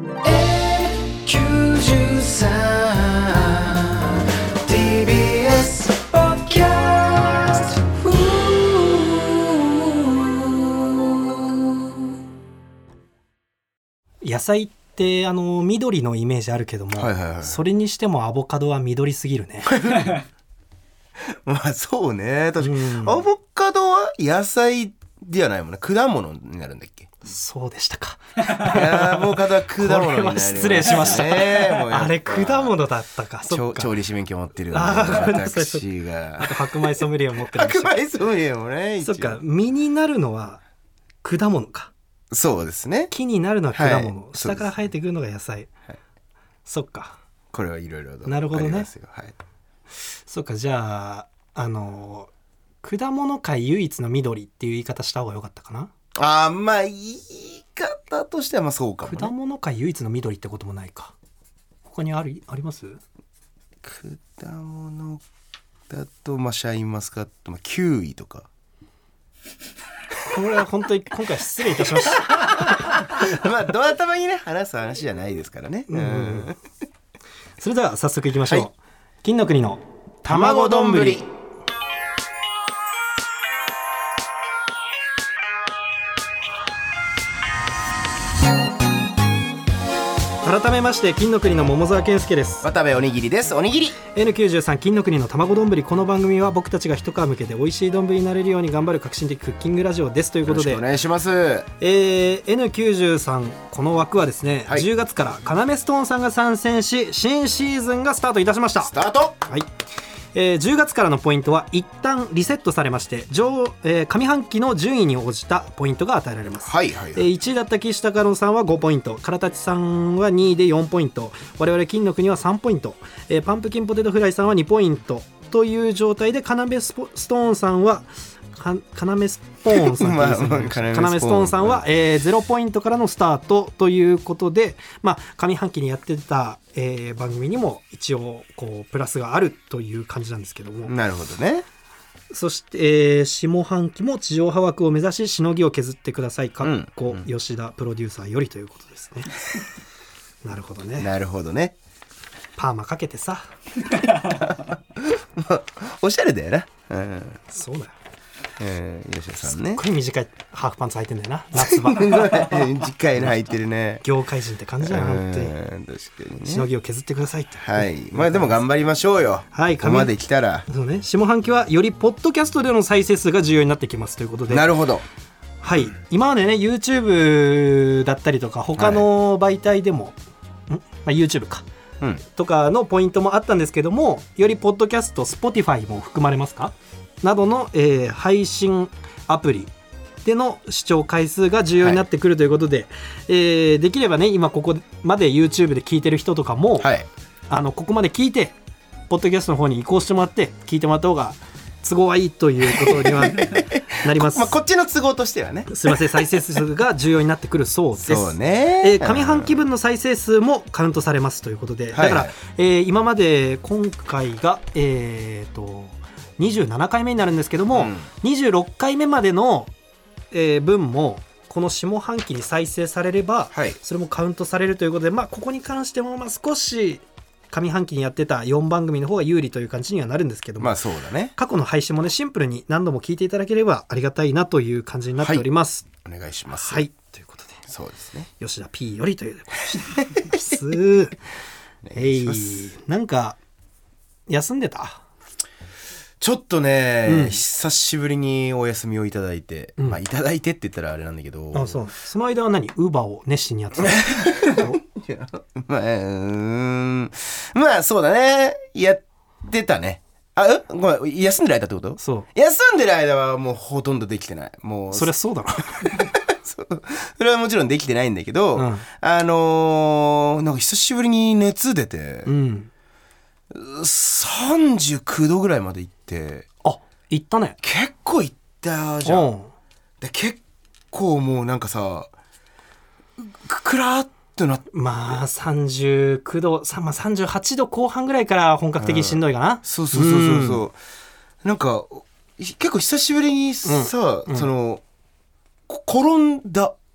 TBS ポッドキャスト。野菜って緑のイメージあるけども、はいはいはい、それにしてもアボカドは緑すぎるね。 まあそうね、確かに、アボカドは野菜ではないもんね、果物になるんだっけ。 そうでしたか。 アボカドは果物になる、 これは失礼しました、あれ果物だったか。そっか、 調理師免許持ってるよね、私が。 あと白米ソムリエ持ってるんでしょ。 白米ソムリエもね、 そっか、実になるのは果物か。 そうですね、 木になるのは果物、はい、下から生えてくるのが野菜、はい、そっか、 これはいろいろなるほどね、はい、そっか。じゃあ果物界唯一の緑っていう言い方した方が良かったかな。 まあ言い方としてはまあそうかもね。 果物界唯一の緑ってこともないか。他にあります？ 果物だとまあシャインマスカット、キウイとか。 これは本当に今回失礼いたしました。 まあど頭にね話す話じゃないですからね、 それでは早速いきましょう、はい、金の国の卵丼ぶり。 改めまして金の国の桃沢健介です。 渡部おにぎりです。おにぎり N93 金の国の卵丼ぶり。この番組は僕たちが一皮向けて美味しい丼になれるように頑張る革新的クッキングラジオですということで、 よろしくお願いします。 N93 この枠はですね、はい、10月からカナメストーンさんが参戦し新シーズンがスタートいたしました。 スタート、 はい。10月からのポイントは一旦リセットされまして上半期の順位に応じたポイントが与えられます、 はいはいはい。 1位だった岸高野さんは5ポイント、唐立さんは2位で4ポイント、我々金の国は3ポイント、パンプキンポテトフライさんは2ポイントという状態でカナメストーンさんはカナメストーンさんカナメストーンさんは、0ポイントからのスタートということで、上半期にやってた、番組にも一応こうプラスがあるという感じなんですけども。 なるほどね。 そして、下半期も地上波枠を目指ししのぎを削ってください、吉田プロデューサーよりということですね。なるほどね。 なるほどね。 パーマかけてさおしゃれだよな、 そうだよ。 吉田さんね、 すっごい短いハーフパンツ履いてんだよな、夏場。 短いの履いてるね。 業界人って感じだよ、本当に。確かにね。しのぎを削ってくださいって。 はい。でも頑張りましょうよ。はい。ここまで来たら。 そうね。下半期はよりポッドキャストでの再生数が重要になってきますということで。 なるほど。 はい。今までね YouTube だったりとか他の媒体でも、YouTube か。とかのポイントもあったんですけども、よりポッドキャスト Spotify も含まれますかなどの、配信アプリでの視聴回数が重要になってくるということで、できればね今ここまで YouTube で聞いてる人とかも、ここまで聞いてポッドキャストの方に移行してもらって聞いてもらった方が都合はいいということにはなります。 こっちの都合としてはね、 すいません、再生数が重要になってくるそうです。 そうね、 上半期分の再生数もカウントされますということで、だから、今まで今回が27回目になるんですけども、26回目までの、分もこの下半期に再生されれば、それもカウントされるということで、ここに関しても少し上半期にやってた4番組の方が有利という感じにはなるんですけども、 そうだね、 過去の配信もねシンプルに何度も聞いていただければありがたいなという感じになっております。 お願いします。 はい、ということで、 そうですね、 吉田 P よりということでしたなんか休んでた？ ちょっとね、久しぶりにお休みをいただいて、いただいてって言ったらあれなんだけど、 その間は何ウーバーを熱心にやってたそうだね、やってたね。ごめん、休んでる間ってこと？ そう、 休んでる間はもうほとんどできてない。もうそりゃそうだろそれはもちろんできてないんだけど、なんか久しぶりに熱出て、39度ぐらいまで行って、 行ったね。 結構行ったじゃん。で結構もうなんかさ、クラーっとなって、 39度、38度後半ぐらいから本格的にしんどいかな。 そう、なんか結構久しぶりにさ、その転んだ。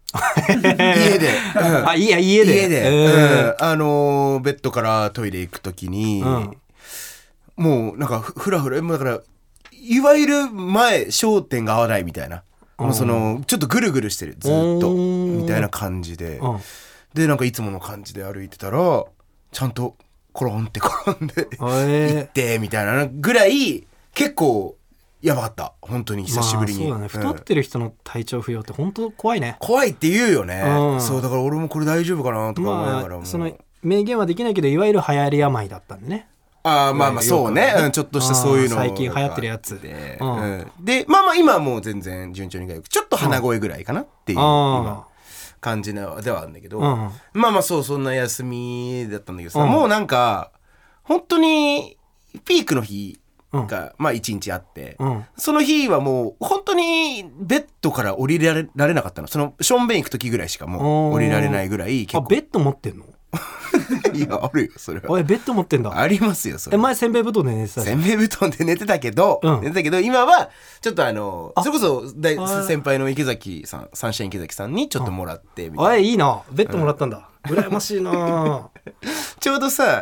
家で、 あ、いや家でベッドからトイレ行くときに、もうなんかふらふら、だからいわゆる焦点が合わないみたいな、もうそのちょっとぐるぐるしてるずっとみたいな感じで、でなんかいつもの感じで歩いてたらちゃんと転んで行ってみたいなぐらい結構やばかった。本当に久しぶりに、 そうだね、太ってる人の体調不良って本当怖いね。 怖いって言うよね、そうだから俺もこれ大丈夫かなとか思いながらも、 その明言はできないけどいわゆる流行り病だったんでね。 まあそうね、ちょっとしたそういうの最近流行ってるやつで、でまあ今はもう全然順調に回復、ちょっと鼻声ぐらいかなっていう今感じではあるんだけど、まあそんな休みだったんだけどさ、もうなんか本当にピークの日がまあ1日あって、その日はもう本当にベッドから降りられなかったの。そのションベン行く時ぐらいしかもう降りられないぐらい。結構ベッド持ってんの？ いやあるよそれは。 おいベッド持ってんだ。 ありますよそれ。 前せんべい布団で寝てた。 せんべい布団で寝てたけど、今はちょっとそれこそ先輩の池崎さん、サンシャイン池崎さんにちょっともらってみたいな。 おいいいな、ベッドもらったんだ、羨ましいなちょうどさ、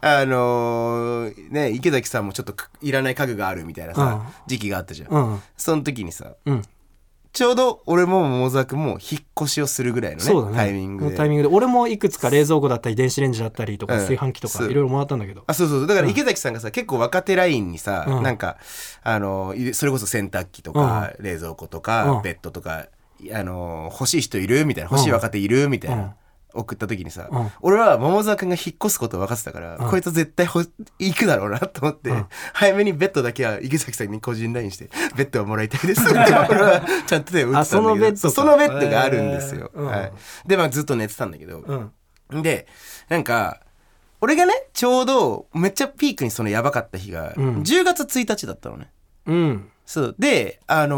ね、池崎さんもちょっといらない家具があるみたいなさ、時期があったじゃん、その時にさ、ちょうど俺も桃沢君も引っ越しをするぐらいのね、タイミングで俺もいくつか冷蔵庫だったり電子レンジだったりとか炊飯器とかいろいろもらったんだけど、 そうだから池崎さんがさ、結構若手ラインにさ、なんかそれこそ洗濯機とか、冷蔵庫とか、ベッドとか欲しい人いるみたいな、欲しい若手いるみたいな、送った時にさ、俺は桃沢君が引っ越すこと分かってたから、こいつ絶対行くだろうなと思って、早めにベッドだけは池崎さんに個人 LINE してベッドはもらいたいですって俺はちゃんと手を打ってたんだけど、そのベッドがあるんですよ、でずっと寝てたんだけど、でなんか俺がねちょうどめっちゃピークにそのやばかった日が10月1日だったのね、そうで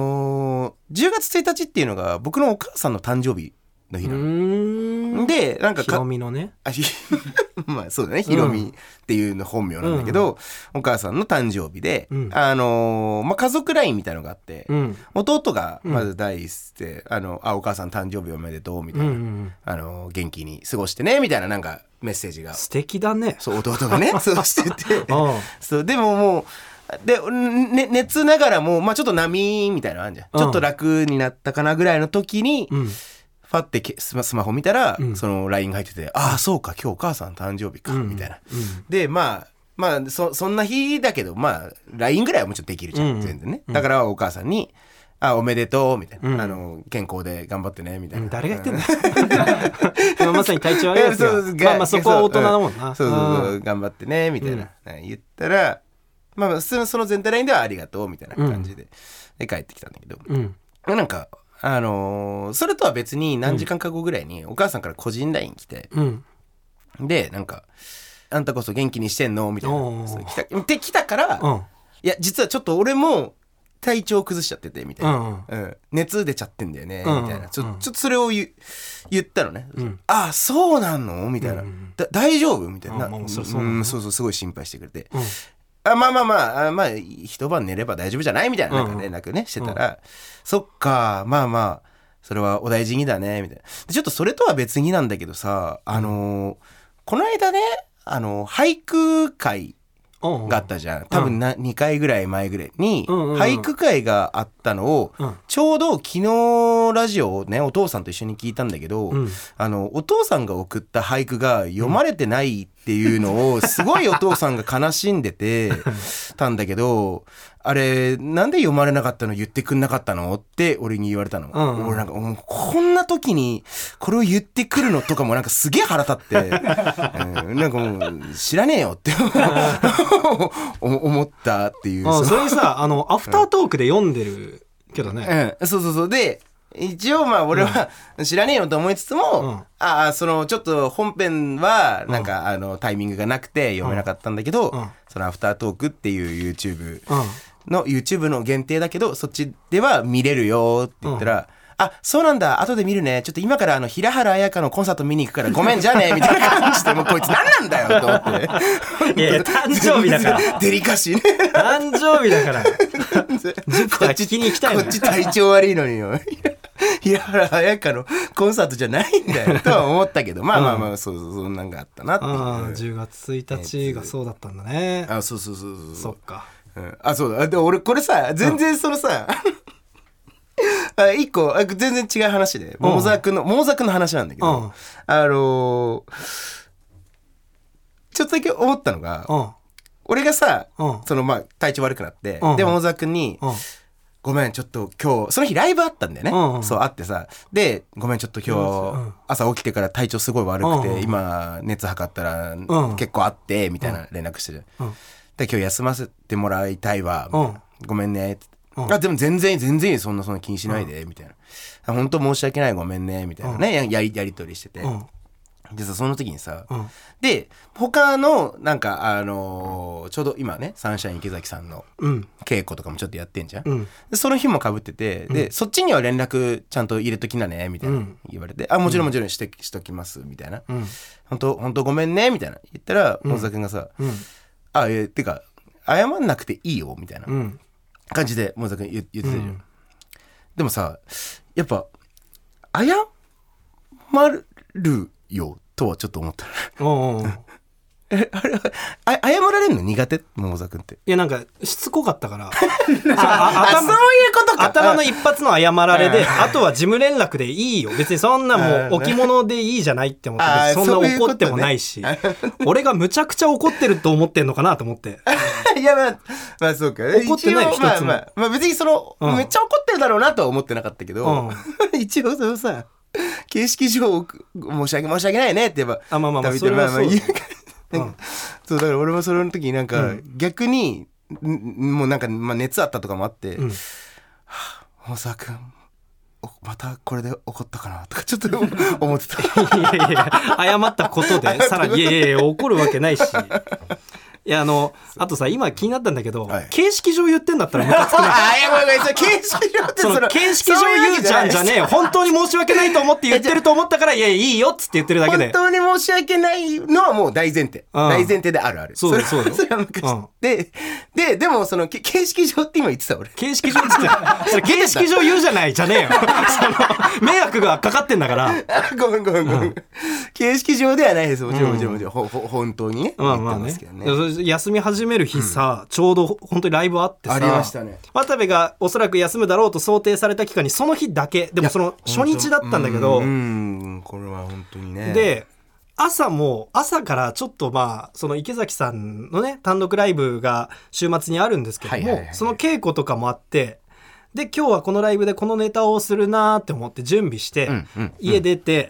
10月1日っていうのが僕のお母さんの誕生日の日なので、なんかひろみのねまあそうだね、ひろみっていうの本名なんだけど、お母さんの誕生日で、家族 LINE みたいのがあって、弟がまず第一で、お母さん誕生日おめでとうみたいな、元気に過ごしてねみたいな、なんかメッセージが素敵だね。 そう弟がねそうしててそうでももうで、熱ながらも、ちょっと波みたいなのあるじゃん、ちょっと楽になったかなぐらいの時に、ファってスマホ見たら、その LINE が入ってて、ああそうか今日お母さん誕生日か、みたいな、でそんな日だけどLINE ぐらいはもうちょっとできるじゃん、全然ね、だからお母さんにおめでとうみたいな、健康で頑張ってねみたいな、誰が言ってんのまさに体調悪いやつがそこは大人だもんな、そう頑張ってねみたいな、言ったらその全体 LINE ではありがとうみたいな感じで、帰ってきたんだけど、なんかそれとは別に何時間か後ぐらいにお母さんから個人 LINE 来て、でなんかあんたこそ元気にしてんのみたいな来たから、いや実はちょっと俺も体調崩しちゃっててみたいな、熱出ちゃってんだよねみたいな、ちょっとそれを言ったのね、あそうなのみたいな、大丈夫みたいな、そうすごい心配してくれて、一晩寝れば大丈夫じゃないみたいな、なんか連絡ねしてたら、そっかそれはお大事にだねみたいな。ちょっとそれとは別になんだけどさ、この間ね俳句会があったじゃん、多分2回ぐらい前ぐらいに俳句会があったのを、ちょうど昨日ラジオをねお父さんと一緒に聞いたんだけど、お父さんが送った俳句が読まれてないっていうのをすごいお父さんが悲しんでてたんだけど、あれなんで読まれなかったの言ってくんなかったのって俺に言われたの、俺なんかもうこんな時にこれを言ってくるのとかもなんかすげえ腹立って、なんかもう知らねえよって思ったっていう。 それさアフタートークで読んでるけどね、 そうで一応俺は知らねえよと思いつつも、そのちょっと本編はなんかタイミングがなくて読めなかったんだけど、そのアフタートークっていう YouTube の限定だけどそっちでは見れるよって言ったら、そうなんだ後で見るね、ちょっと今から平原綾香のコンサート見に行くからごめんじゃあねみたいな感じで、もうこいつ何なんだよと思っていや誕生日だからデリカシーね誕生日だからこっち聞きに行きたいこっち体調悪いのによ平原綾香のコンサートじゃないんだよとは思ったけどまあそうそんなんがあったなっていう。 10月1日がそうだったんだね。 そうそっか、 そうだ。で俺これさ全然そのさ、一個全然違う話で桃沢君の話なんだけど、ちょっとだけ思ったのが、俺がさ、その体調悪くなって、で桃沢君に、ごめんちょっと今日その日ライブあったんだよね、そうあってさ、でごめんちょっと今日朝起きてから体調すごい悪くて、今熱測ったら結構あってみたいな連絡してる、で今日休ませてもらいたいわ、ごめんねって、でも全然いい、そんな気にしないで、みたいな、本当申し訳ない、ごめんねみたいなね、やり取りしてて、でさその時にさ、で他のなんかちょうど今ねサンシャイン池崎さんの稽古とかもちょっとやってんじゃん、でその日も被ってて、でそっちには連絡ちゃんと入れときなねみたいな言われて、もちろんしときますみたいな、本当ごめんねみたいな言ったら大沢君がさ、てか謝んなくていいよみたいな感じで大沢君言ってたじゃん、でもさやっぱ謝るよとはちょっと思ったあれ謝られるの苦手桃沢君って。 いやなんかしつこかったからそういうことか。 頭の一発の謝られであとは事務連絡でいいよ、別にそんなもう置物でいいじゃないって思って、そんな怒ってもないし、俺がむちゃくちゃ怒ってると思ってんのかなと思っていやまあそうか、 怒ってない一つも、 別にめっちゃ怒ってるだろうなとは思ってなかったけど、一応そのさ形式上申し訳ないねって言えばそれはそうそうだから俺もそれの時になんか逆にもうなんか熱あったとかもあって、大沢君またこれで怒ったかなとかちょっと思ってたいや謝ったことでさらにいや怒るわけないし、いやあとさ今気になったんだけど、形式上言ってんだったらムカつくない形式上ってその形式上言うじゃねえよ、本当に申し訳ないと思って言ってると思ったからいやいいよっつって言ってるだけで、 本当に申し訳ないのはもう大前提であるそうそれは昔でもその形式上って今言ってた俺形式上って言ってたそれ形式上言うじゃないじゃねえよ迷惑がかかってんだからごめん形式上ではないです、もちろん本当にね言ってますけどね。 休み始める日さ、ちょうど本当にライブあってさ、 ありましたね。 渡部がおそらく休むだろうと想定された期間にその日だけ、でもその初日だったんだけど、 これは本当にね。 で朝からちょっとその池崎さんのね単独ライブが週末にあるんですけども、その稽古とかもあって、で今日はこのライブでこのネタをするなって思って準備して、家出て、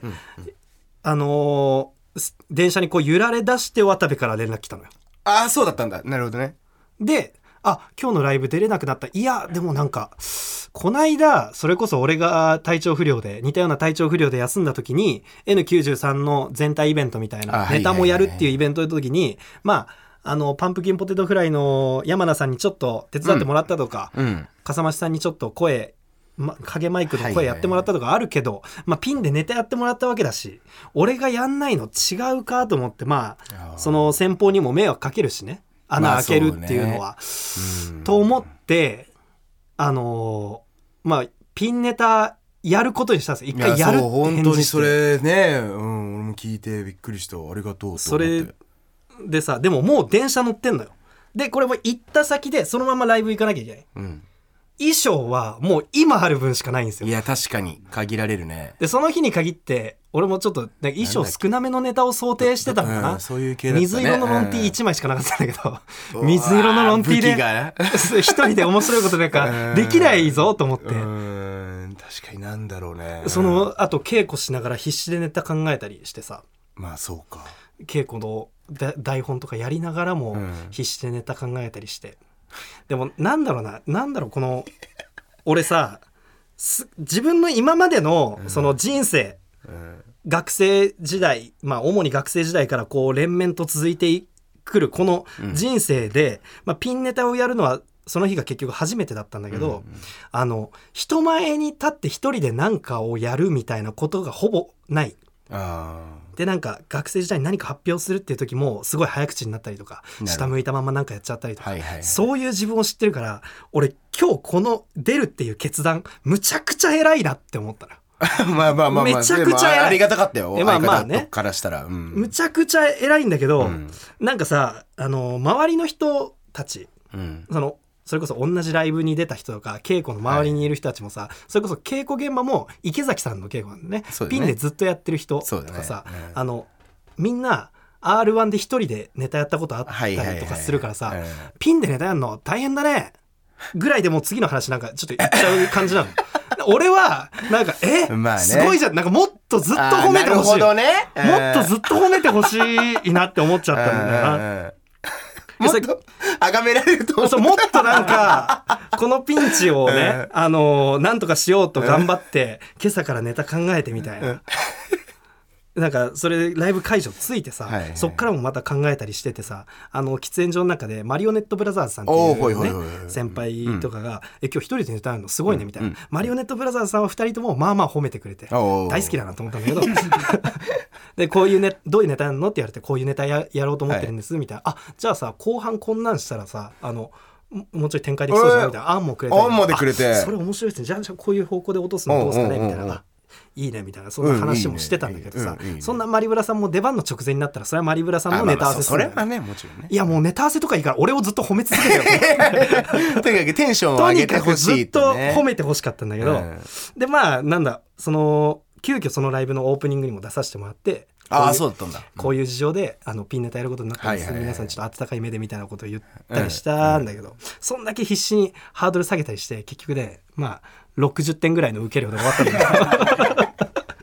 電車に揺られ出して渡部から連絡来たのよ。 そうだったんだ。なるほどね。 で今日のライブ出れなくなった。いやでもなんかこないだそれこそ俺が似たような体調不良で休んだ時に N93 の全体イベントみたいなネタもやるっていうイベントの時にパンプキンポテトフライの山名さんにちょっと手伝ってもらったとか、笠間さんにちょっと影マイクの声やってもらったとかあるけど、ピンでネタやってもらったわけだし、俺がやんないの違うかと思って、その先方にも迷惑かけるしね、穴開けるっていうのは、と思ってピンネタやることにしたんですよ。一回やるって本当にそれね、俺も聞いてびっくりした。ありがとうと思って。それでさ、でももう電車乗ってんのよ。でこれも行った先でそのままライブ行かなきゃいけない、衣装はもう今ある分しかないんですよ。 いや確かに限られるね。 でその日に限って俺もちょっと衣装少なめのネタを想定してたのかな、 そういう系だったね。 水色のロンティー1枚しかなかったんだけど、水色のロンティーで一人で面白いことなんかできないぞと思って。 確かになんだろうね。 あと稽古しながら必死でネタ考えたりしてさ、 そうか、 稽古の台本とかやりながらも必死でネタ考えたりして、でもなんだろうこの俺さ自分の今までのその人生、学生時代、主に学生時代から連綿と続いてくるこの人生で、ピンネタをやるのはその日が結局初めてだったんだけど、人前に立って一人で何かをやるみたいなことがほぼない。でなんか学生時代に何か発表するっていう時もすごい早口になったりとか下向いたままなんかやっちゃったりとか、そういう自分を知ってるから、俺今日この出るっていう決断むちゃくちゃ偉いなって思ったの。 まあめちゃくちゃ偉い。 ありがたかったよ。 まあね。 からしたら、 むちゃくちゃ偉いんだけど、なんかさ周りの人たち、それこそ同じライブに出た人とか稽古の周りにいる人たちもさ、それこそ稽古現場も池崎さんの稽古なんだね。ピンでずっとやってる人とかさ、みんなR1 で一人でネタやったことあったりとかするからさ、ピンでネタやんの大変だねぐらいでもう次の話なんかちょっと言っちゃう感じなの。俺はなんかすごいじゃん、なんかもっとずっと褒めてほしい、もっとずっと褒めてほしいなって思っちゃったんだよな。 もっと崇められると思う。 もっとなんかこのピンチをねなんとかしようと頑張って今朝からネタ考えてみたいな。なんかそれライブ会場ついてさ、そっからもまた考えたりしててさ、喫煙所の中でマリオネットブラザーズさんっていうね先輩とかが今日一人でネタやるのすごいねみたいな、マリオネットブラザーズさんは二人ともまあまあ褒めてくれて大好きだなと思ったんだけどでこういうどういうネタやるのって言われて、こういうネタ やろうと思ってるんですみたいな、じゃあさ後半こんなんしたらさもうちょい展開できそうじゃんみたいな案もくれて、それ面白いですね、じゃあこういう方向で落とすのどうですかねみたいな、いいねみたいな、そんな話もしてたんだけどさ、そんなマリブラさんも出番の直前になったらそれはマリブラさんもネタ合わせするんだよ。 それはねもちろんね。 いやもうネタ合わせとかいいから俺をずっと褒め続けてよとにかくテンションを上げてほしい、 とにかくずっと褒めてほしかったんだけど、でまあなんだ急遽そのライブのオープニングにも出させてもらって、 そうだったんだ。 こういう事情でピンネタやることになったんです、皆さんちょっと温かい目でみたいなことを言ったりしたんだけど、そんだけ必死にハードル下げたりして結局ねまあ60点ぐらいの受け量で終わったんだよ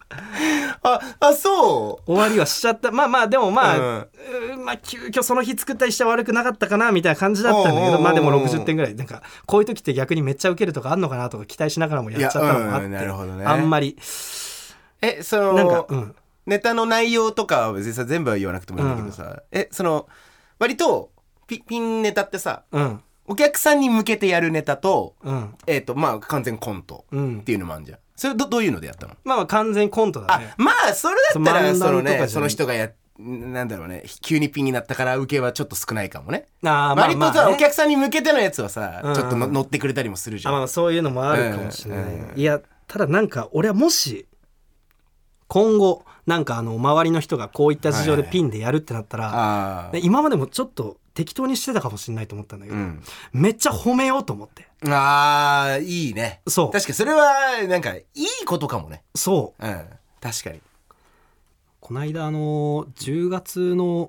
そう終わりはしちゃった。まあでもまあ急遽その日作ったりしては悪くなかったかなみたいな感じだったんだけど、まあでも60点ぐらい、なんかこういう時って逆にめっちゃ受けるとかあんのかなとか期待しながらもやっちゃったのもあって、 なるほどね、 あんまりなんか、ネタの内容とかは別にさ全部は言わなくてもいいんだけどさ、割とピンネタってさ、お客さんに向けてやるネタと、まあ完全コントっていうのもあるじゃん。それどういうのでやったの？まあ完全コントだね。 まあそれだったらその人がなんだろうね、急にピンになったから受けはちょっと少ないかもね。割とさ、お客さんに向けてのやつはさ、ちょっと乗ってくれたりもするじゃん。 そういうのもあるかもしれない。いやただなんか俺はもし今後なんか周りの人がこういった事情でピンでやるってなったら、今までもちょっと適当にしてたかもしれないと思ったんだけど、めっちゃ褒めようと思って。 いいね。 そう確かにそれはなんかいいことかもね。 そう、 確かにこの間10月の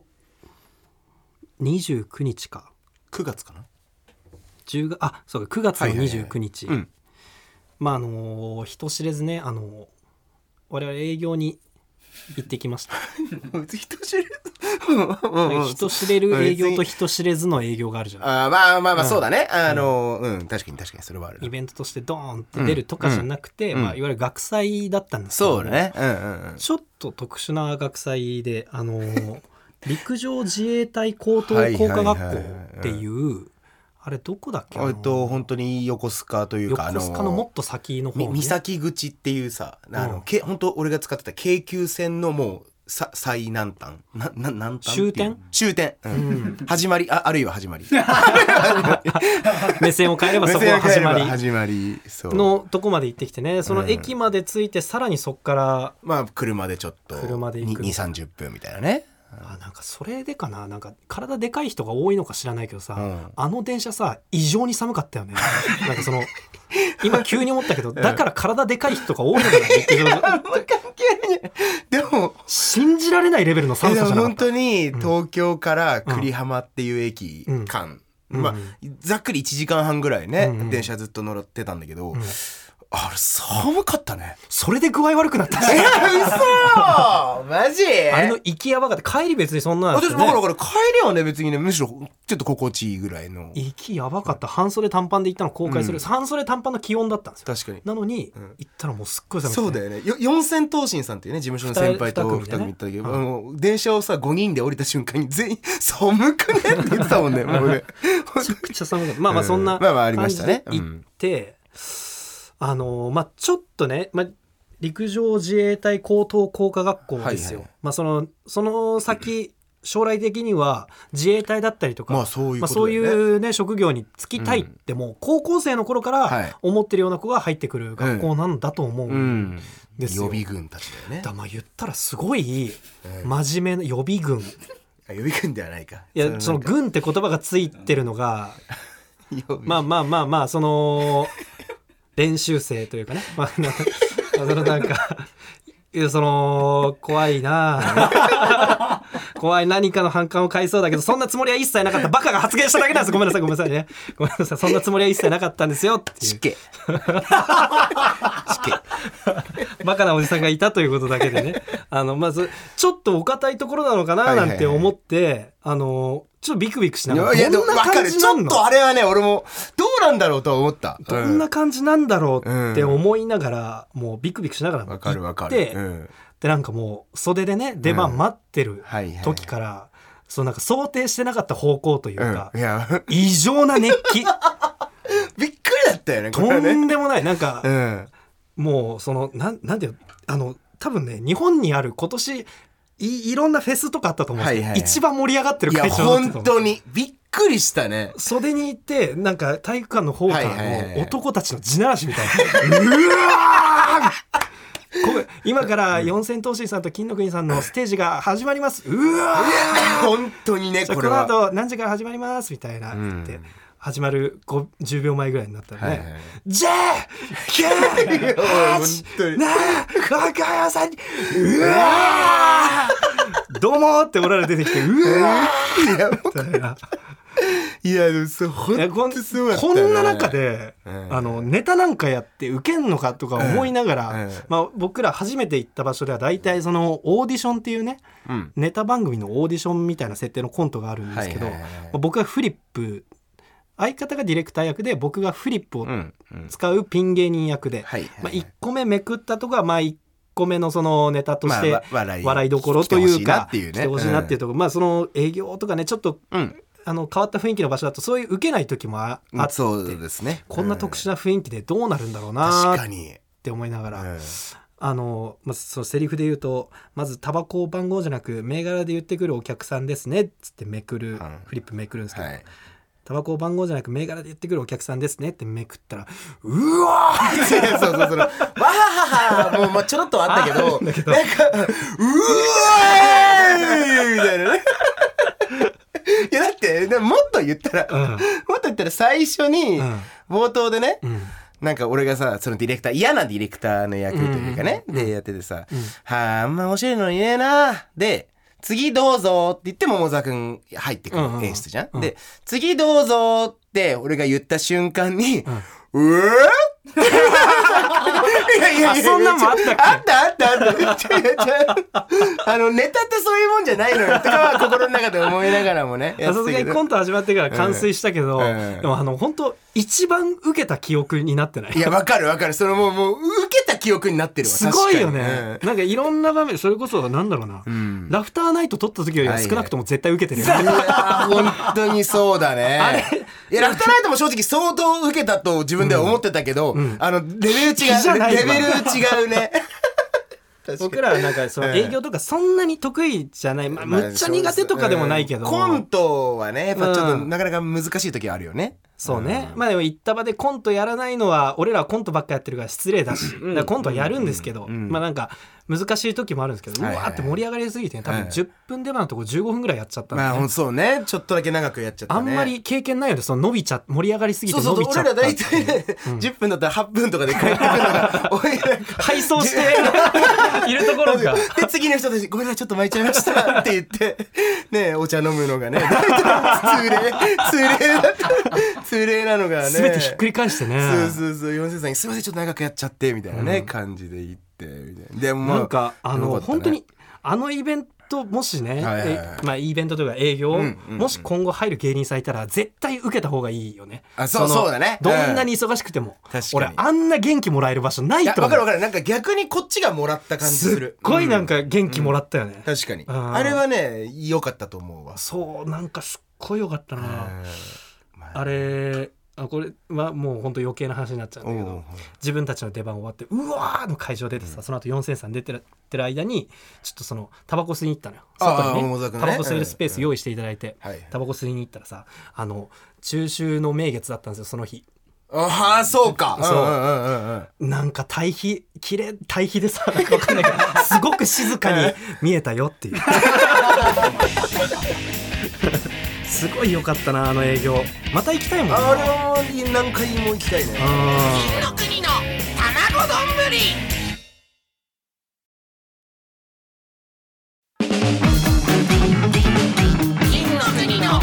29日か 9月かなそうか9月の29日、まあ人知れずね我々営業に行ってきました人知れず人知れる営業と人知れずの営業があるじゃん。 まあそうだね。確かにそれはある。 イベントとしてドーンって出るとかじゃなくて、いわゆる学祭だったんですけど、 そうだね。 ちょっと特殊な学祭で陸上自衛隊高等工科学校っていうあれどこだっけ？ 本当に横須賀というか横須賀のもっと先の方、 三崎口っていうさ、本当俺が使ってた京急線のもう最南端南端終点、始まりあるいは始まり目線を変えればそこは始まりのとこまで行ってきてね、その駅まで着いてさらにそこからまあ車でちょっと 2,30 分みたいなね。 なんかそれでかな、なんか体でかい人が多いのか知らないけどさ、電車さ異常に寒かったよねなんか今急に思ったけど、だから体でかい人が多いのかな陸上関係ないでも信じられないレベルの寒さじゃなかった。 本当に東京から久里浜っていう駅間、ざっくり1時間半ぐらいね、電車ずっと乗ってたんだけど、あれ寒かったね。 それで具合悪くなったし。 嘘マジ？ あれの行きやばかった。帰り別にそんな、 私もだから帰りはね別にねむしろちょっと心地いいぐらいの。 行きやばかった。半袖短パンで行ったの後悔する。半袖短パンの気温だったんですよ。 確かに。 なのに、行ったらもうすっごい寒くて。 そうだよね。四千頭身さんっていうね事務所の先輩と2組行ったけど、電車をさ5人で降りた瞬間に全員寒くねって言ってたもんね。もうね。 めちゃくちゃ寒かった。まあそんな感じで行って。ちょっとね、陸上自衛隊高等工科学校ですよ。その先、将来的には自衛隊だったりとか、そういうね職業に就きたいってもう高校生の頃から思ってるような子が入ってくる学校なんだと思うんですよ。 予備軍たちだよね。 まあ言ったらすごい真面目な予備軍、 予備軍ではないか。 いやその軍って言葉がついてるのがまあその練習生というかね、まあ、そのなんかその怖いな怖い何かの反感を買いそうだけどそんなつもりは一切なかったバカが発言しただけなんです。ごめんなさいね、ごめんなさい、そんなつもりは一切なかったんですよっていう死刑バカなおじさんがいたということだけでねまずちょっとお堅いところなのかななんて思って、ちょっとビクビクしながらどんな感じなんの、 ちょっとあれはね俺もどうなんだろうとは思った、 どんな感じなんだろうって思いながら、もうビクビクしながら行って、でなんかもう袖でね出番待ってる時から、そうなんか想定してなかった方向というか、異常な熱気びっくりだったよね、 これねとんでもないなんか、もうそのなんていう多分ね日本にある今年いろんなフェスとかあったと思うんですけど、一番盛り上がってる会場だったと思う。 本当にびっくりしたね。 袖に行ってなんか体育館の方からの男たちの地ならしみたいな、うわー今から四千頭身さんと金の国さんのステージが始まります、うわー本当にね、これはこの後何時から始まりますみたいな言って、始まる10秒前ぐらいになったらね、じゃあ9 8 7若林さんにうわーどうもってオラら出てきてうわーみたいな。 いやでもそう本当にすごかったね。 こんな中で、ネタなんかやってウケんのかとか思いながら、まあ、僕ら初めて行った場所では大体そのオーディションっていうね、ネタ番組のオーディションみたいな設定のコントがあるんですけど、僕はフリップ、相方がディレクター役で僕がフリップを使うピン芸人役で、1個目めくったとこはまあ1個目のそのネタとして笑いどころというか来てほしいなっていうところ、まあその営業とかねちょっと変わった雰囲気の場所だとそういう受けない時もあって、 そうですね、 こんな特殊な雰囲気でどうなるんだろうなって思いながら、まあ、そのセリフで言うとまずタバコを番号じゃなく銘柄で言ってくるお客さんですねっつってめくる、フリップめくるんですけど、タバコを番号じゃなく銘柄で言ってくるお客さんですねってめくったらうわーそうわはははもうまあちょろっとあったけどなんかうわーみたいなねいやだってもっと言ったら最初に冒頭でね、なんか俺がさそのディレクター嫌なディレクターの役というかね、でやっててさ、はああんま面白いのにねえなで次どうぞって言って桃沢くん入ってくる演出じゃん、で次どうぞって俺が言った瞬間に、いやそんなもんあったっけ？ あったネタってそういうもんじゃないのよとかは心の中で思いながらもねさすがにコント始まってから完遂したけど、でも本当一番受けた記憶になってない？ いやわかるそれもう受けた記憶になってるわ。 すごいよね、なんかいろんな場面それこそなんだろうな、ラフターナイト撮った時よりは少なくとも絶対受けてるよね、 本当にそうだね。いやラフターナイトも正直相当受けたと自分では思ってたけど、レベル違うね僕らはなんかその営業とかそんなに得意じゃない、むっちゃ苦手とかでもないけど、 コントはねやっぱちょっとなかなか難しい時はあるよね。 そうね、まあでも行った場でコントやらないのは俺らはコントばっかやってるから失礼だし、だからコントはやるんですけど、まあなんか難しい時もあるんですけど、うわーって盛り上がりすぎてね、多分10分出番のとこ15分ぐらいやっちゃったんで、 まあそうね、ちょっとだけ長くやっちゃったね。 あんまり経験ないのでその盛り上がりすぎて伸びちゃった。 俺ら大体ね、10分だったら8分とかで帰ってくるのが配送しているところがで次の人たちごめんなさいちょっと巻いちゃいましたって言ってねお茶飲むのがね大体通例なのがね全てひっくり返してね、 そう四千さんにすいませんちょっと長くやっちゃってみたいなね、感じで言ってみたいな。でもなんか本当にイベントもしね、まあイベントというか営業、もし今後入る芸人さんいたら絶対受けた方がいいよね。 そうだね。 どんなに忙しくても、俺あんな元気もらえる場所ないと思う。 わかるなんか逆にこっちがもらった感じする。 すっごいなんか元気もらったよね。 確かにあれはね良かったと思うわ。 そうなんかすっごい良かったなあれ。これはもう本当余計な話になっちゃうんだけど、自分たちの出番終わってうわーの会場出てさ、その後4000さん出てる間にちょっとそのタバコ吸いに行ったのよ。外にねタバコ吸えるスペース用意していただいて、タバコ吸いに行ったらさ中秋の名月だったんですよその日。 ああそうか。 そう、なんか対比でさ、なんかわかんないけどすごく静かに見えたよっていうすごい良かったな、あの営業。また行きたいもんな。 あれは何回も行きたいね。 金の国の卵丼ぶり。金の国の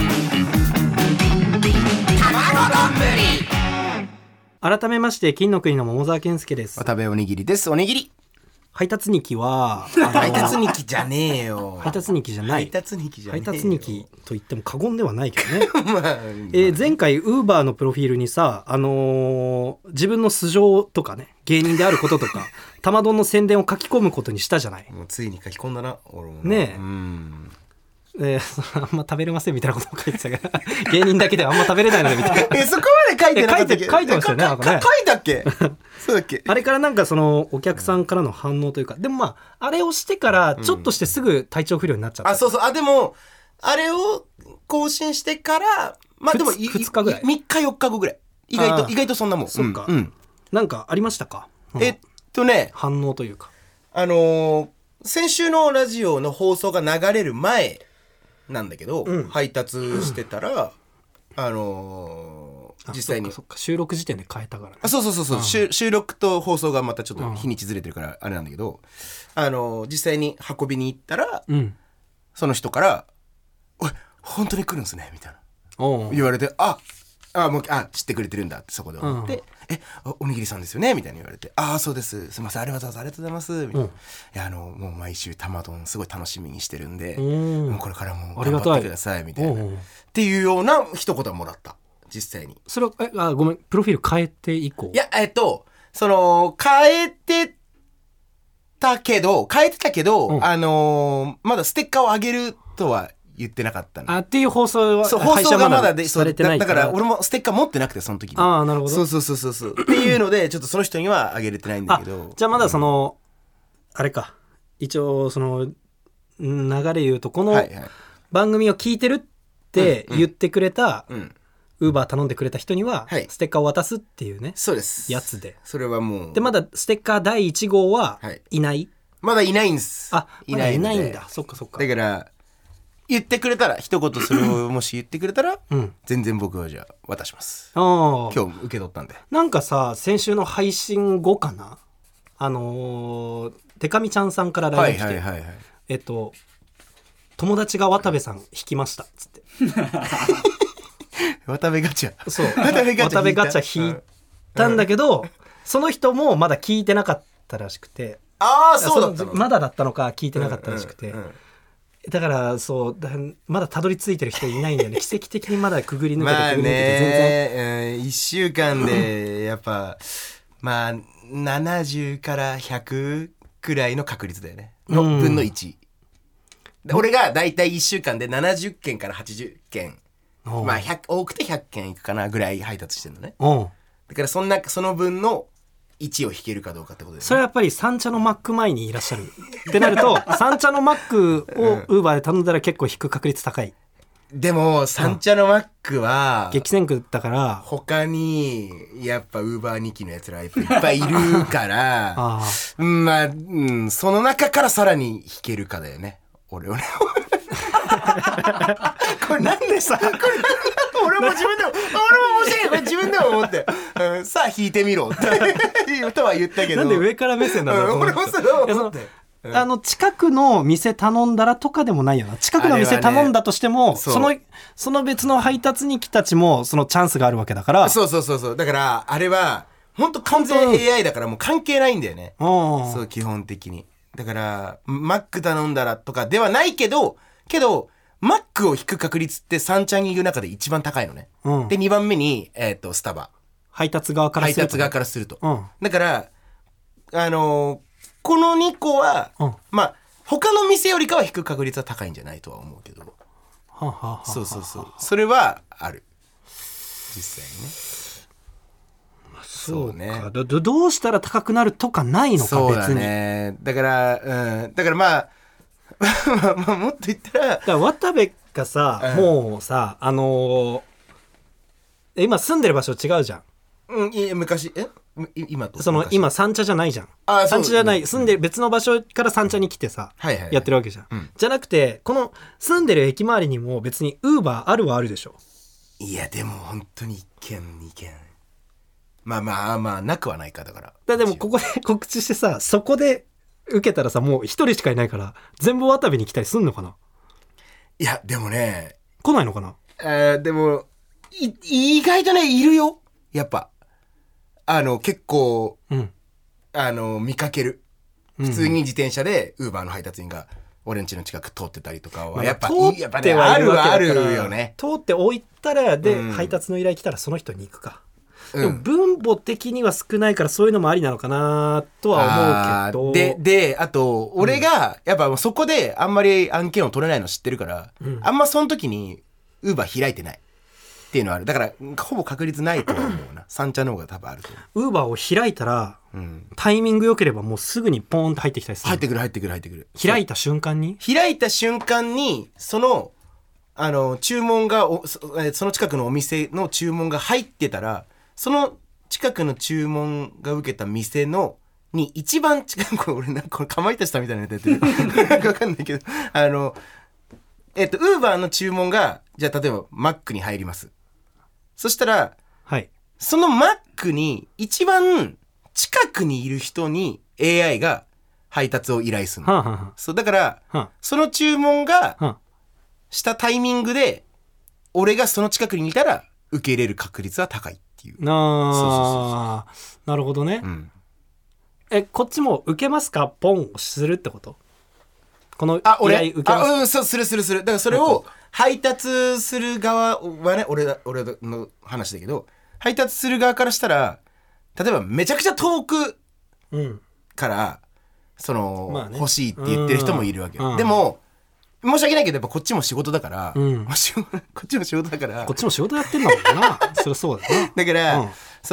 卵丼ぶり。 改めまして金の国の桃沢健介です。 渡部おにぎりです。おにぎり。 配達日記は配達日記じゃねえよ。 配達日記じゃない。 配達日記じゃねえよ。 配達日記と言っても過言ではないけどねまあ前回ウーバーのプロフィールにさ、自分の素性とかね、芸人であることとか玉丼の宣伝を書き込むことにしたじゃない。 もうついに書き込んだな俺もねえ、あんま食べれませんみたいなことも書いてたから芸人だけであんま食べれないのでみたいなそこまで書いてなかったっけ。 書いてましたよね。なんかね書いたっけそうだっけ。 あれからなんかそのお客さんからの反応というか、でもまああれをしてからちょっとしてすぐ体調不良になっちゃった、 そうそう。でもあれを更新してからまあでも 2日ぐらい、 3日4日後ぐらい、意外とそんなもん。 そっか、なんかありましたか。反応というか、 先週のラジオの放送が流れる前なんだけど、配達してたら実際にそっか収録時点で変えたから、ね、 そう、収録と放送がまたちょっと日にちずれてるからあれなんだけど、実際に運びに行ったら、その人から「おい本当に来るんですね」みたいな言われて、もう知ってくれてるんだってそこで思って「おにぎりさんですよね」みたいに言われて「そうです、すいません、ありがとうございます」みたいな「もう毎週玉丼すごい楽しみにしてるんで、もうこれからも頑張ってください」みたいなっていうような一言はもらった。実際にそれはごめん、プロフィール変えて以降、 いやその変えてたけど、まだステッカーをあげるとは言ってなかったの。 っていう放送は放送がまだでされてないだから俺もステッカー持ってなくてその時に。 なるほど。 そうっていうのでちょっとその人にはあげれてないんだけど。 じゃあまだその、あれか、一応その流れ言うとこの番組を聞いてるって言ってくれた、ウーバー頼んでくれた人にはステッカーを渡すっていうね、 そうですやつで、 それはもうでまだステッカー第1号はいない、 まだいないんです。 まだいないんだ。そっかだから言ってくれたら、一言それをもし言ってくれたら、全然僕はじゃあ渡します。今日受け取ったんで。 なんかさ、先週の配信後かな、てかみちゃんさんから LINE 来て、友達が渡部さん引きましたっつって渡部ガチャ。 そう渡部ガチャ引いたんだけど、その人もまだ聞いてなかったらしくて、 そうだったの。 まだだったのか聞いてなかったらしくて、だからまだたどり着いてる人いないんだよね奇跡的にまだくぐり抜けて全然1週間でやっぱまあ70から100くらいの確率だよね、の分の1。俺がだいたい1週間で70件から80件、まあ多くて100件いくかなぐらい配達してるのね。だからその分の1を引けるかどうかってことですね。 それはやっぱり三茶のマック前にいらっしゃるってなると三茶のマックをウーバーで頼んだら結構引く確率高い。 でも三茶のマックは激戦区だから他にやっぱウーバー2期のやつらいっぱいいるからまあ、その中からさらに引けるかだよね。俺これなんでさ、俺も自分でも申し訳ない、自分でも思って、さあ引いてみろってとは言ったけど、 なんで上から目線なんだろう。 俺もそれを思って、 近くの店頼んだらとかでもないよな。近くの店頼んだとしても、その別の配達に来たちもそのチャンスがあるわけだから。 そうだからあれは本当完全 AI だからもう関係ないんだよね。そう基本的に。だからマック頼んだらとかではないけどマックを引く確率って三茶にいる中で一番高いのね。で2番目にスタバ、 配達側からすると、だからこの2個は、まあ他の店よりかは引く確率は高いんじゃないとは思うけど、そうそれはある、実際にね。 そうね。どうしたら高くなるとかないのか。 そうだね。だからまあもっと言ったら渡部がさ、もうさ今住んでる場所違うじゃん。 いや昔今とその今三茶じゃないじゃん。三茶じゃない、住んでる別の場所から三茶に来てさ、やってるわけじゃん、じゃなくてこの住んでる駅周りにも別にウーバーあるはあるでしょ。 いやでも本当に1軒2軒まあなくはないか。だからでもここで告知してさ、そこで受けたらさ、もう一人しかいないから全部渡部に来たりすんのかな。 いやでもね来ないのかな。 でも意外とねいるよやっぱ。結構、見かける。普通に自転車でウーバーの配達員が俺ん家の近く通ってたりとかはやっぱ、 通ってはいるわけだから、 あるよね。 通って置いたらで、配達の依頼来たらその人に行くか。でも分母的には少ないからそういうのもありなのかなとは思うけど。 であと俺がやっぱそこであんまり案件を取れないの知ってるから、あんまその時にウーバー開いてないっていうのはある。だからほぼ確率ないと思うな。三茶の方が多分あると思う。 ウーバーを開いたら、タイミング良ければもうすぐにポーンって入ってきたりする。 入ってくる。 開いた瞬間にその注文がその近くのお店の注文が入ってたら、その近くの注文が受けた店のに一番近く、俺なんかこれかまいたちさんみたいなのやってるなんか分かんないけどウーバーの注文がじゃあ例えばマックに入ります。そしたら、そのマックに一番近くにいる人に AI が配達を依頼するの、そうだから、その注文がしたタイミングで俺がその近くにいたら受け入れる確率は高いっていう。 なるほどね、こっちも受けますかポンをするってこと？この依頼受けます？ そうする。だからそれを配達する側はね、俺の話だけど、配達する側からしたら、例えばめちゃくちゃ遠くから欲しいって言ってる人もいるわけよ。でも申し訳ないけどやっぱこっちも仕事だから、こっちも仕事だからこっちも仕事やってんだもんなそりゃそうだよな。 だから、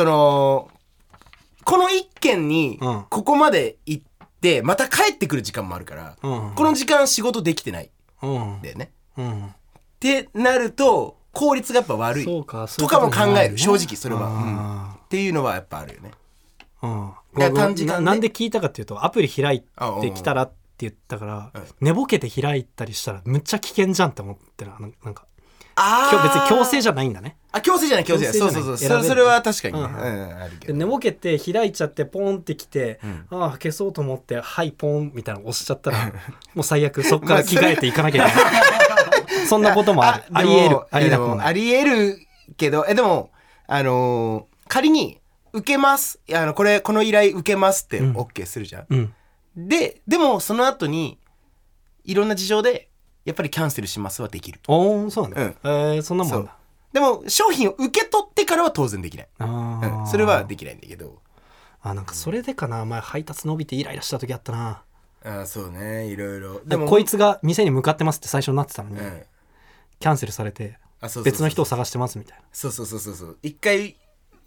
この一軒にここまで行ってまた帰ってくる時間もあるから、この時間仕事できてないんだよね、ってなると効率がやっぱ悪いとかも考える、正直それは、っていうのはやっぱあるよね。短時間なんで聞いたかっていうと、アプリ開いてきたらって言ったから、寝ぼけて開いたりしたらむっちゃ危険じゃんって思ってる。なんか別に強制じゃないんだね。 強制じゃない。そうそれは確かにね、あるけど。 寝ぼけて開いちゃってポンってきて、消そうと思ってはいポンみたいなの押しちゃったらもう最悪そっから着替えていかなきゃいけないそんなこともある。ありえる。 ありえるけど、でも仮に受けます、この依頼受けますって OK するじゃん、でもその後にいろんな事情でやっぱりキャンセルしますはできる。 そうなんだ、そんなもんだ。 でも商品を受け取ってからは当然できない。それはできないんだけど。 なんかそれでかな、前配達伸びてイライラした時あったな。 そうね、いろいろ。 でもこいつが店に向かってますって最初になってたのに、キャンセルされて別の人を探してますみたいな。 そう一回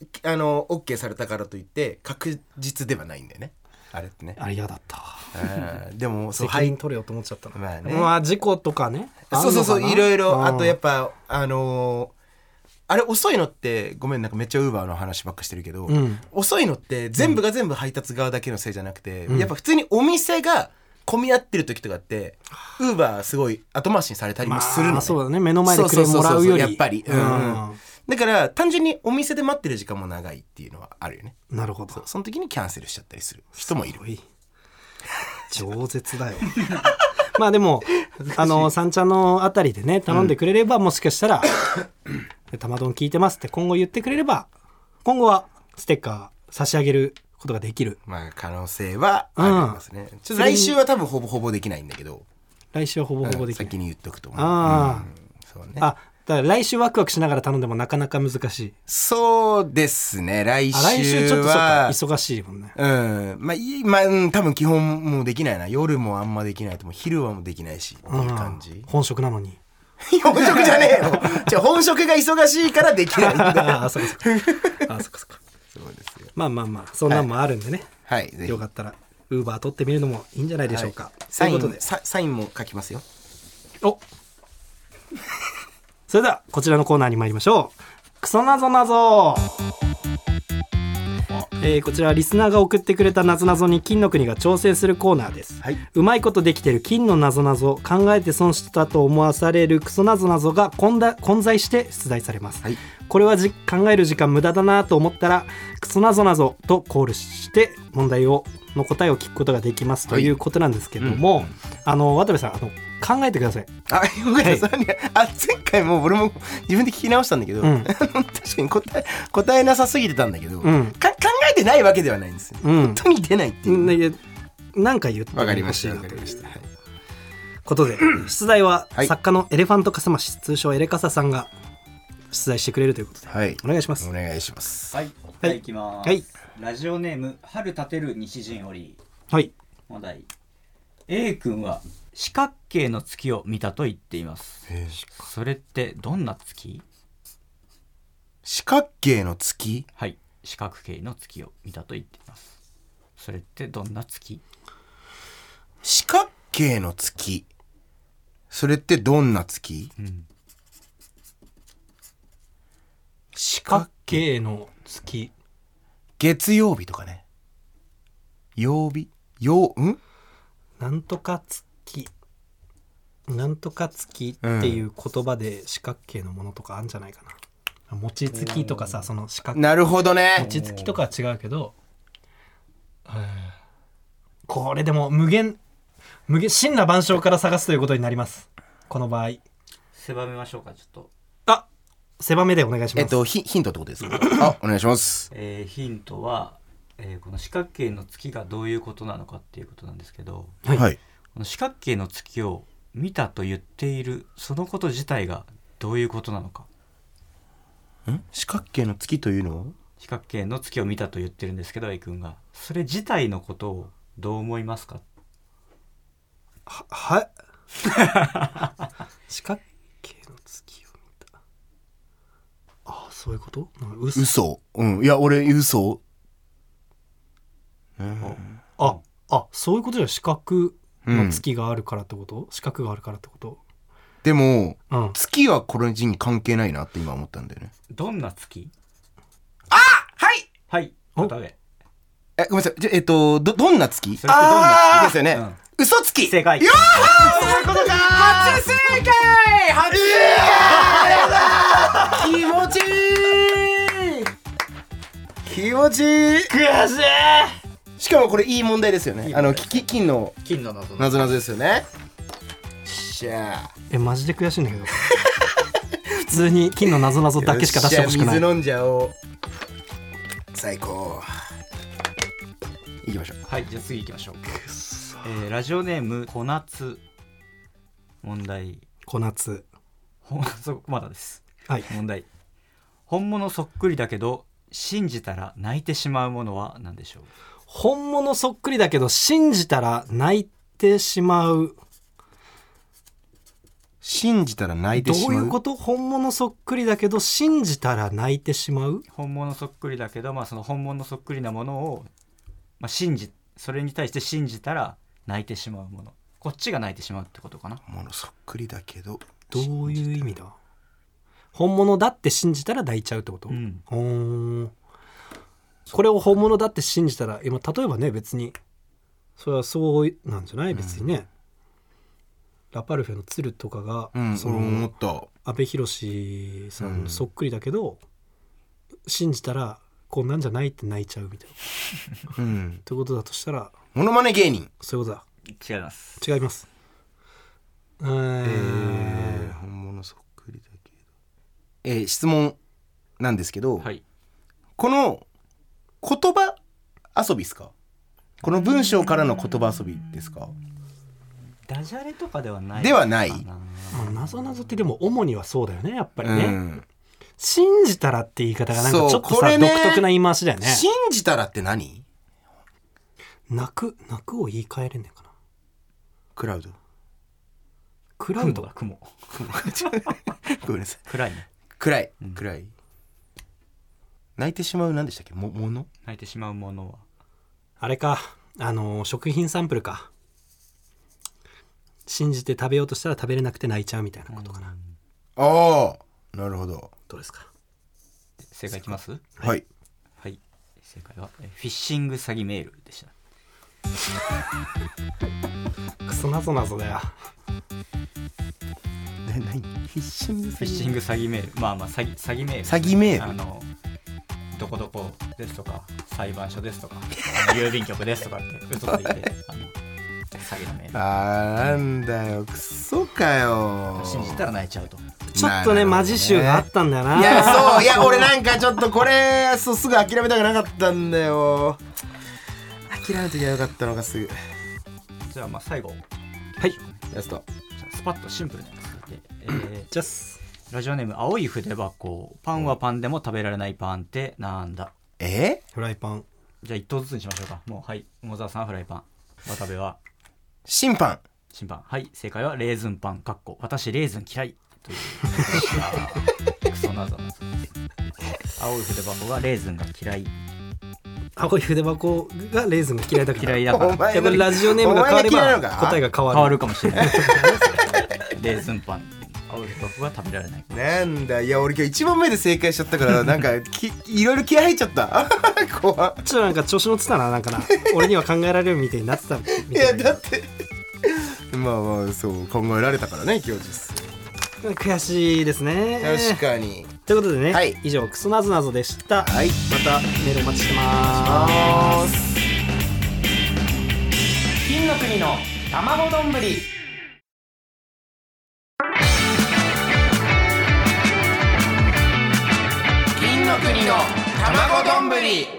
OK されたからといって確実ではないんだよね、あれってね。 あれ嫌だったでも責任取れよと思っちゃったな。事故とかね、 そういろいろ。あとやっぱあれ遅いのって、ごめんなんかめっちゃウーバーの話ばっかしてるけど、遅いのって全部が全部配達側だけのせいじゃなくて、やっぱ普通にお店が混み合ってる時とかってウーバーすごい後回しにされたりもするの。 そうだね、目の前でクレームもらうよりやっぱり、だから単純にお店で待ってる時間も長いっていうのはあるよね。 なるほど。 その時にキャンセルしちゃったりする人もいる。 饒舌だよまあでも三茶のあたりでね頼んでくれれば、もしかしたら玉丼聞いてますって今後言ってくれれば、今後はステッカー差し上げることができる。 可能性はありますね。ちょっと来週は多分ほぼほぼできないんだけど、 来週はほぼほぼできない、 先に言っとくと思う。 そうね。だから来週ワクワクしながら頼んでもなかなか難しい。 そうですね。来週ちょっと忙しいもんね。 多分基本もうできないな。夜もあんまできないと思う。昼はもうできないしっていう感じ。 本職なのに。 本職じゃねえよ本職が忙しいからできないんだそっかそうですよ。まあそんなんもあるんでね、よかったらウーバー取ってみるのもいいんじゃないでしょうか。 サインも書きますよ。 それではこちらのコーナーに参りましょう。クソなぞなぞ。 こちらはリスナーが送ってくれたなぞなぞに金の国が挑戦するコーナーです、 はい、 うまいことできてる金のなぞなぞ、考えて損したと思わされるクソなぞなぞが混在して出題されます、はい、これは考える時間無駄だなと思ったらクソなぞなぞとコールして問題の答えを聞くことができますということなんですけども、渡部さん考えてください。 よかったです、はい、前回も俺も自分で聞き直したんだけど、確かに答えなさすぎてたんだけど、考えてないわけではないんですよ、本当に出ないっていう、何回言ってわかりました、はい、 ことで出題は作家のエレファントカサマシ、通称エレカサさんが出題してくれるということで、はい、お願いします。 お願いします。 はい、じゃあいきます、はい、ラジオネーム春立てる西陣織。 はい、 問題。 A 君は四角形の月を見たと言っています。それってどんな月？ 四角形の月？ はい、四角形の月を見たと言っています。それってどんな月？ 四角形の月、それってどんな月？ 四角形の月、 月曜日とかね。曜日なんとか月、なんとか月っていう言葉で四角形のものとかあるんじゃないかな。餅つきとかさ、その四角、 なるほどね、 餅つきとかは違うけど、これでも無限真羅万象から探すということになります。この場合狭めましょうか。ちょっと狭めでお願いします。 ヒントってことですか？お願いします。 ヒントは、この四角形の月がどういうことなのかっていうことなんですけど、 はい、 この四角形の月を見たと言っているそのこと自体がどういうことなのか。 四角形の月というのを？ 四角形の月を見たと言ってるんですけど A 君がそれ自体のことをどう思いますか？ 四角形の月を見た、そういうこと？ 嘘。いや俺嘘。 そういうことじゃ、四角の月があるからってこと？四角があるからってこと？ でも、月はこれに関係ないなって今思ったんだよね。 どんな月？ はい答え。 ごめんなさい。どんな月？ それってどんな月ですよね。嘘つき。 正解。 そういうことか。初正解。気持ちいい。気持ちいい。 悔しい。 しかもこれいい問題ですよね。金のなぞなぞですよね。しゃー。 マジで悔しいんだけど。普通に金のなぞなぞだけしか出してほしくない。 水飲んじゃおう。最高。行きましょう。 はい、じゃあ次行きましょう。ラジオネーム小夏。問題。 小夏。 まだです。 はい。 問題。本物そっくりだけど信じたら泣いてしまうものは何でしょう？ 本物そっくりだけど信じたら泣いてしまう。 信じたら泣いてしまう。 どういうこと？本物そっくりだけど信じたら泣いてしまう。 本物そっくりだけど、その本物そっくりなものを、それに対して信じたら泣いてしまうもの。こっちが泣いてしまうってことかな。 本物そっくりだけどどういう意味だ？本物だって信じたら泣いちゃうってこと？これを本物だって信じたら、例えばね、別にそれはそうなんじゃない？別にね、ラパルフェの鶴とかが、その阿部寛さんそっくりだけど、信じたらこんなんじゃないって泣いちゃうみたいな、ってことだとしたらモノマネ芸人。 そういうことだ。 違います。 違います。 本物そっくりだけど、質問なんですけど、この言葉遊びですか？この文章からの言葉遊びですか？ ダジャレとかではない。 ではない。 なぞなぞってでも主にはそうだよね、やっぱりね。信じたらって言い方がなんかちょっとさ、独特な言い回しだよね。 信じたらって何？ 泣くを言い換えれんねんかな。 クラウドだ。雲ごめんなさい。 暗いね。 暗い。泣いてしまう何でしたっけ？もの？ 泣いてしまうものはあれか、食品サンプルか。信じて食べようとしたら食べれなくて泣いちゃうみたいなことかな。 ああ、なるほど。 どうですか？ 正解いきます？ はい。 正解はフィッシング詐欺メールでした。 クソなぞなぞだよ。 何フィッシング詐欺メール、まあ詐欺メール、 詐欺メール、 どこどこですとか裁判所ですとか郵便局ですとかって嘘ついて詐欺のメール。 なんだよクソかよ。 信じたら泣いちゃうと。 ちょっとねマジ臭があったんだよな。 いや俺なんかちょっとこれすぐ諦めたくなかったんだよ。諦めときゃよかったのかすぐ。 じゃあ最後、 はいラスト。 スパッとシンプルなやつで、 ジャスラジオネーム青い筆箱。パンはパンでも食べられないパンってなんだ。 フライパン。 じゃあ一等ずつにしましょうか。もうはい桃沢さんフライパン、渡部は審判。 はい正解はレーズンパン私レーズン嫌いというクソなぞなぞ。青い筆箱がレーズンが嫌い。 青い筆箱がレーズンが嫌いだからお前のラジオネームが変われば答えが変わるかもしれない。レーズンパン、青い筆箱が食べられない。 なんだ、いや俺今日1問目で正解しちゃったからなんかいろいろ気合入っちゃった怖っ。 ちょっとなんか調子乗ってたな、なんかな俺には考えられるみたいになってたみたいな。 いやだってまあそう考えられたからね今日です。 悔しいですね。 確かに。 ということでね、 はい、 以上クソなぞなぞでした。 はい、 またメールお待ちしてます。 金の国の卵丼ぶり。金の国の卵丼ぶり。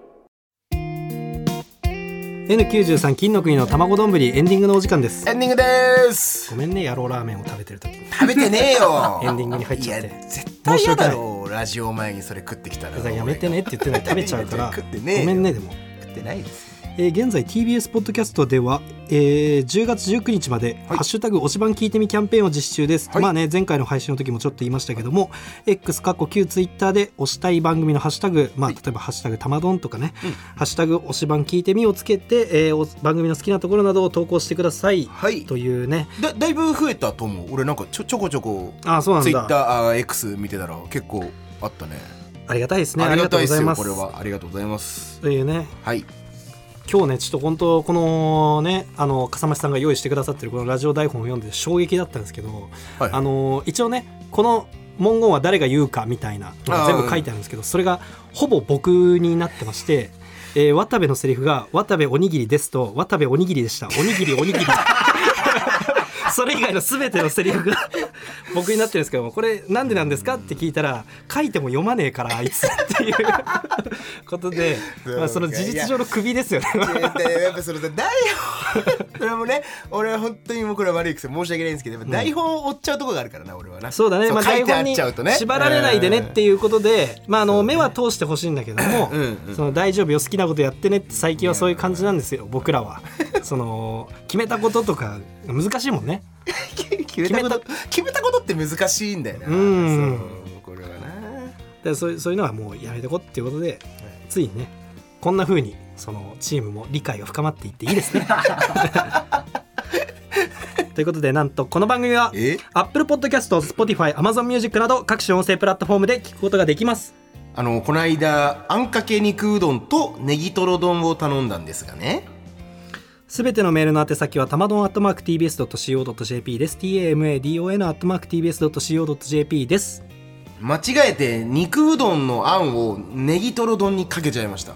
N93 金の国の卵丼ぶり、エンディングのお時間です。 エンディングです。 ごめんね、野郎ラーメンを食べてる時に食べてねえよエンディングに入っちゃって。 いや絶対嫌だろ、ラジオ前にそれ食ってきたら。 やめてねって言ってない、食べちゃうから食ってねえよ。 ごめんね。でも食ってないです。 現在 TBS ポッドキャストでは、10月19日まで、ハッシュタグ推しバン聞いてみキャンペーンを実施中です。まあね、前回の配信の時もちょっと言いましたけども、X 旧 Twitter で推したい番組のハッシュタグ、例えばハッシュタグたまどんとかね、ハッシュタグ推しバン聞いてみをつけて、番組の好きなところなどを投稿してください、というね。 だいぶ増えたと思う。俺なんかちょこちょこ Twitter、X 見てたら結構あったね。 ありがたいですね。 ありがとうございます。これはありがとうございます。 というね。 はい。 今日ねちょっと本当このね笠間さんが用意してくださってるこのラジオ台本を読んで衝撃だったんですけど、一応ねこの文言は誰が言うかみたいなのが全部書いてあるんですけど、それがほぼ僕になってまして、渡部のセリフが渡部おにぎりですと渡部おにぎりでした、おにぎりそれ以外の全てのセリフが僕になってるんですけども、これなんでなんですかって聞いたら、書いても読まねえからあいつっていうことで、その事実上のクビですよね。 やっぱそれだよそれもね、俺は本当にもうこれは悪い癖申し訳ないんですけど、やっぱ台本を追っちゃうところがあるからな、俺はな。 そうだね、 書いてあっちゃうとね、 台本に縛られないでねっていうことで、目は通してほしいんだけども、その大丈夫よ、好きなことやってねって最近はそういう感じなんですよ、僕らは。その決めたこととか難しいもんね。 決めたことって難しいんだよな。これはな。 そういうのはもうやめてこっていうことで、ついにねこんな風にそのチームも理解が深まっていっていいですね。ということで、なんとこの番組は Apple Podcast、Spotify、Amazon Music など各種音声プラットフォームで聞くことができます。 この間あんかけ肉うどんとネギトロ丼を頼んだんですがね、 すべてのメールの宛先はたまどん@tbs.co.jp です。tamadon@tbs.co.jp です。 間違えて肉うどんのあんをネギトロ丼にかけちゃいました。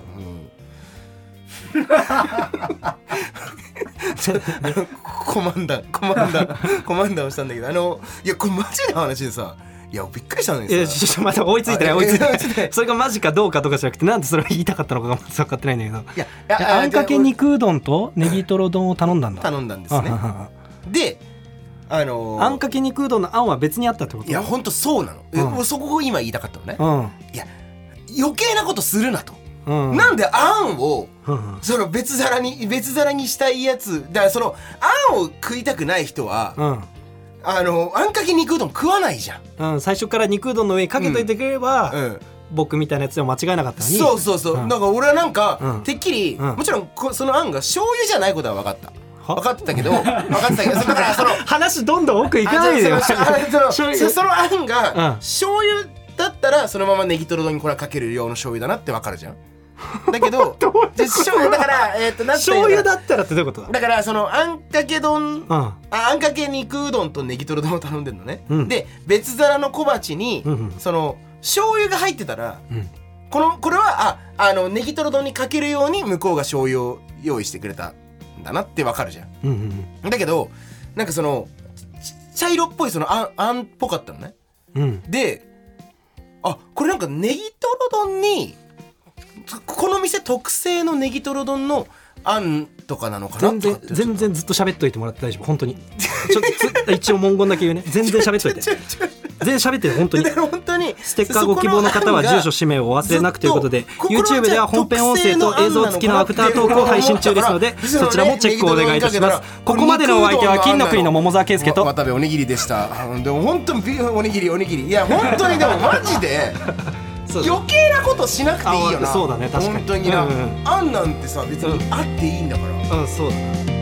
コマンダーをしたんだけど、いやこれマジな話でさ、いやびっくりしたんですよ。 いやちょっとまだ追いついてないそれがマジかどうかとかじゃなくて、なんでそれを言いたかったのかがまず分かってないんだけど、あんかけ肉うどんとネギトロ丼を頼んだんですね。 であんかけ肉うどんのあんは別にあったってこと？ いやほんとそうなの、そこを今言いたかったのね、いや余計なことするなと、なんであんをその別皿にしたいやつだから、そのあんを食いたくない人は、あんかけ肉うどん食わないじゃん、 最初から肉うどんの上にかけといてくれれば、僕みたいなやつでも間違いなかったのに。 そう、だから俺はなんか、てっきり、もちろんそのあんが醤油じゃないことは分かってたけどだからその話どんどん奥行かないでよ。 そのあんが醤油だったらそのままネギトロ丼にこれはかける用の醤油だなって分かるじゃん。 だけどだから醤油だったらってどういうことだからそのあんかけ丼、あんかけ肉うどんとネギトロ丼を頼んでるのね、で別皿の小鉢に、その醤油が入ってたら、これはネギトロ丼にかけるように向こうが醤油を用意してくれたんだなってわかるじゃん、だけどなんかその茶色っぽいそのあんっぽかったのね、でこれなんかネギトロ丼にこの店特製のネギトロ丼のあんとかなのかな。 全然ずっと喋っといてもらって大丈夫本当に一応文言だけ言うね。全然喋っといて全然喋ってる本当にステッカーご希望の方は住所氏名をお忘れなくということで YouTube では本編音声と映像付きのアフタートークを配信中ですのでそちらもチェックをお願いいたします。ここまでのお相手は金の国の桃沢圭介と渡部おにぎりでした。でも本当におにぎりいや本当にでもマジで余計なことしなくていいよな。 そうだね確かに本当にな、あんなんてさ別にあっていいんだから、 そうだな。